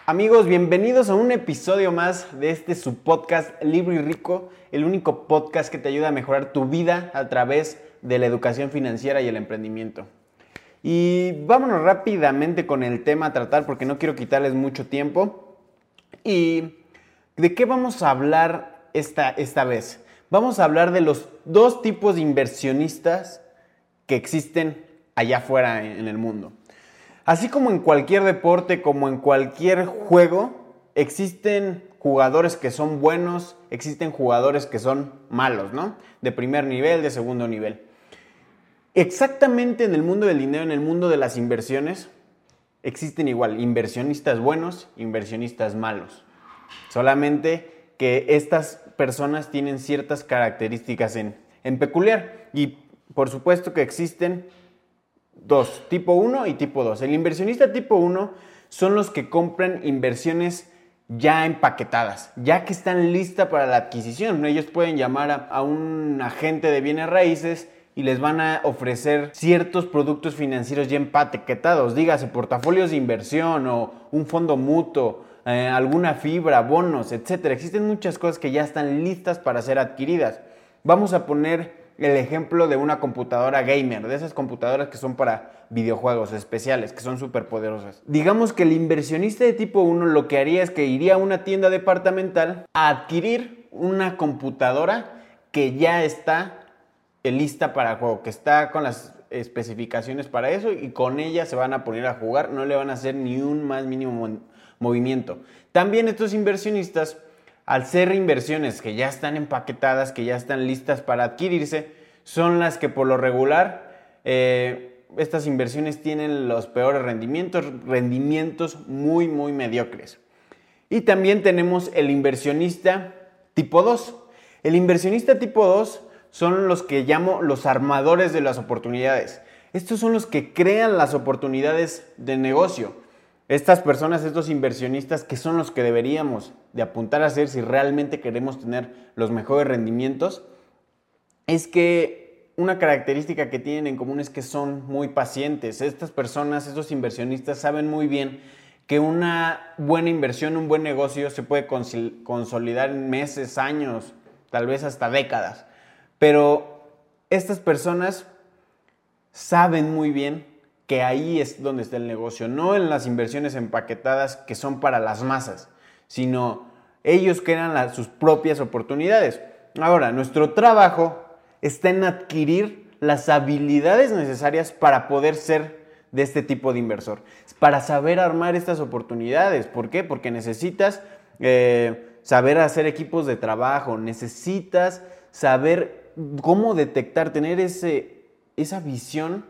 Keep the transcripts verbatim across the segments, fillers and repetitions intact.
Amigos, bienvenidos a un episodio más de este su podcast Libre y Rico, el único podcast que te ayuda a mejorar tu vida a través de la educación financiera y el emprendimiento. Y vámonos rápidamente con el tema a tratar porque no quiero quitarles mucho tiempo. ¿Y de qué vamos a hablar esta, esta vez? Vamos a hablar de los dos tipos de inversionistas que existen allá afuera en el mundo. Así como en cualquier deporte, como en cualquier juego, existen jugadores que son buenos, existen jugadores que son malos, ¿no? De primer nivel, de segundo nivel. Exactamente en el mundo del dinero, en el mundo de las inversiones, existen igual inversionistas buenos, inversionistas malos. Solamente que estas personas tienen ciertas características en, en peculiar. Y por supuesto que existen dos, tipo uno y tipo dos. El inversionista tipo uno son los que compran inversiones ya empaquetadas, ya que están listas para la adquisición. Ellos pueden llamar a, a un agente de bienes raíces y les van a ofrecer ciertos productos financieros ya empaquetados, dígase portafolios de inversión o un fondo mutuo, eh, alguna fibra, bonos, etcétera. Existen muchas cosas que ya están listas para ser adquiridas. Vamos a poner el ejemplo de una computadora gamer, de esas computadoras que son para videojuegos especiales, que son súper poderosas. Digamos que el inversionista de tipo uno lo que haría es que iría a una tienda departamental a adquirir una computadora que ya está lista para juego, que está con las especificaciones para eso y con ella se van a poner a jugar, no le van a hacer ni un más mínimo movimiento. También estos inversionistas, al ser inversiones que ya están empaquetadas, que ya están listas para adquirirse, son las que por lo regular eh, estas inversiones tienen los peores rendimientos, rendimientos muy muy mediocres. Y también tenemos el inversionista tipo dos. El inversionista tipo dos son los que llamo los armadores de las oportunidades. Estos son los que crean las oportunidades de negocio. Estas personas, estos inversionistas que son los que deberíamos de apuntar a ser si realmente queremos tener los mejores rendimientos, es que una característica que tienen en común es que son muy pacientes. Estas personas, estos inversionistas saben muy bien que una buena inversión, un buen negocio se puede consolidar en meses, años, tal vez hasta décadas. Pero estas personas saben muy bien que ahí es donde está el negocio, no en las inversiones empaquetadas que son para las masas, sino ellos crean las, sus propias oportunidades. Ahora, nuestro trabajo está en adquirir las habilidades necesarias para poder ser de este tipo de inversor, para saber armar estas oportunidades. ¿Por qué? Porque necesitas eh, saber hacer equipos de trabajo, necesitas saber cómo detectar, tener ese, esa visión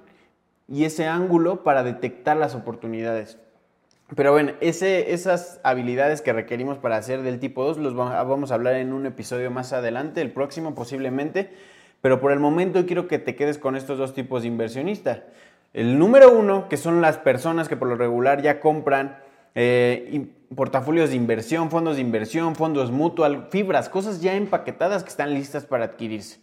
y ese ángulo para detectar las oportunidades. Pero bueno, ese, esas habilidades que requerimos para hacer del tipo dos los vamos a hablar en un episodio más adelante, el próximo posiblemente, pero por el momento quiero que te quedes con estos dos tipos de inversionista. El número uno, que son las personas que por lo regular ya compran eh, portafolios de inversión, fondos de inversión, fondos mutuos, fibras, cosas ya empaquetadas que están listas para adquirirse.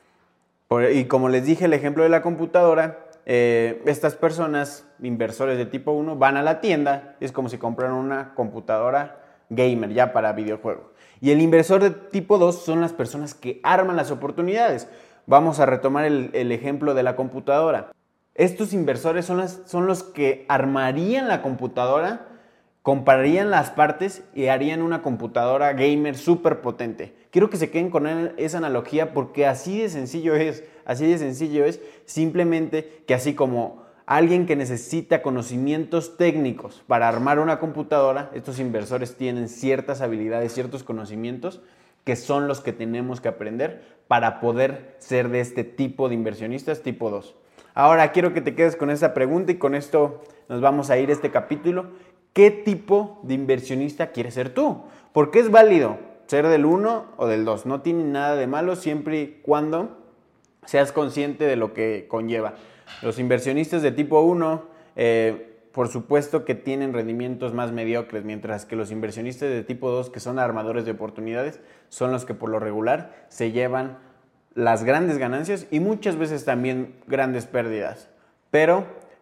Por, y como les dije, el ejemplo de la computadora, Eh, estas personas, inversores de tipo uno, van a la tienda, es como si compraran una computadora gamer ya para videojuegos. Y el inversor de tipo dos son las personas que arman las oportunidades. Vamos a retomar el, el ejemplo de la computadora. Estos inversores son, las, son los que armarían la computadora, comprarían las partes y harían una computadora gamer súper potente. Quiero que se queden con esa analogía porque así de sencillo es, así de sencillo es, simplemente que así como alguien que necesita conocimientos técnicos para armar una computadora, estos inversores tienen ciertas habilidades, ciertos conocimientos que son los que tenemos que aprender para poder ser de este tipo de inversionistas tipo dos. Ahora quiero que te quedes con esa pregunta y con esto nos vamos a ir a este capítulo. ¿Qué tipo de inversionista quieres ser tú? Porque es válido ser del uno o del dos. No tiene nada de malo siempre y cuando seas consciente de lo que conlleva. Los inversionistas de tipo uno, eh, por supuesto que tienen rendimientos más mediocres, mientras que los inversionistas de tipo dos, que son armadores de oportunidades, son los que por lo regular se llevan las grandes ganancias y muchas veces también grandes pérdidas. Pero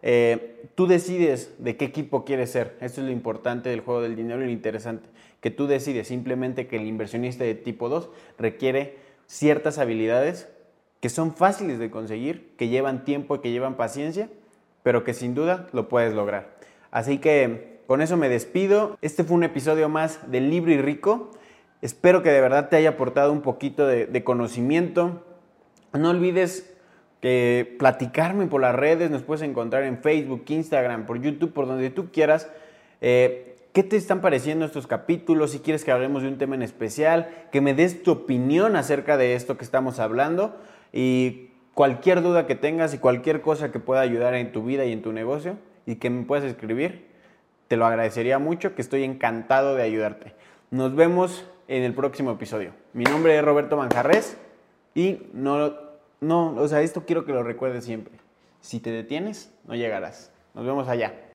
Eh, tú decides de qué equipo quieres ser. Esto es lo importante del juego del dinero y lo interesante. Que tú decides simplemente que el inversionista de tipo dos requiere ciertas habilidades que son fáciles de conseguir, que llevan tiempo y que llevan paciencia, pero que sin duda lo puedes lograr. Así que con eso me despido. Este fue un episodio más de Libre y Rico. Espero que de verdad te haya aportado un poquito de, de conocimiento. No olvides que platicarme por las redes. Nos puedes encontrar en Facebook, Instagram, por YouTube, por donde tú quieras. Eh, ¿Qué te están pareciendo estos capítulos? Si quieres que hablemos de un tema en especial, que me des tu opinión acerca de esto que estamos hablando. Y cualquier duda que tengas y cualquier cosa que pueda ayudar en tu vida y en tu negocio y que me puedas escribir, te lo agradecería mucho, que estoy encantado de ayudarte. Nos vemos en el próximo episodio. Mi nombre es Roberto Manjarres y no, no, o sea, esto quiero que lo recuerdes siempre. Si te detienes, no llegarás. Nos vemos allá.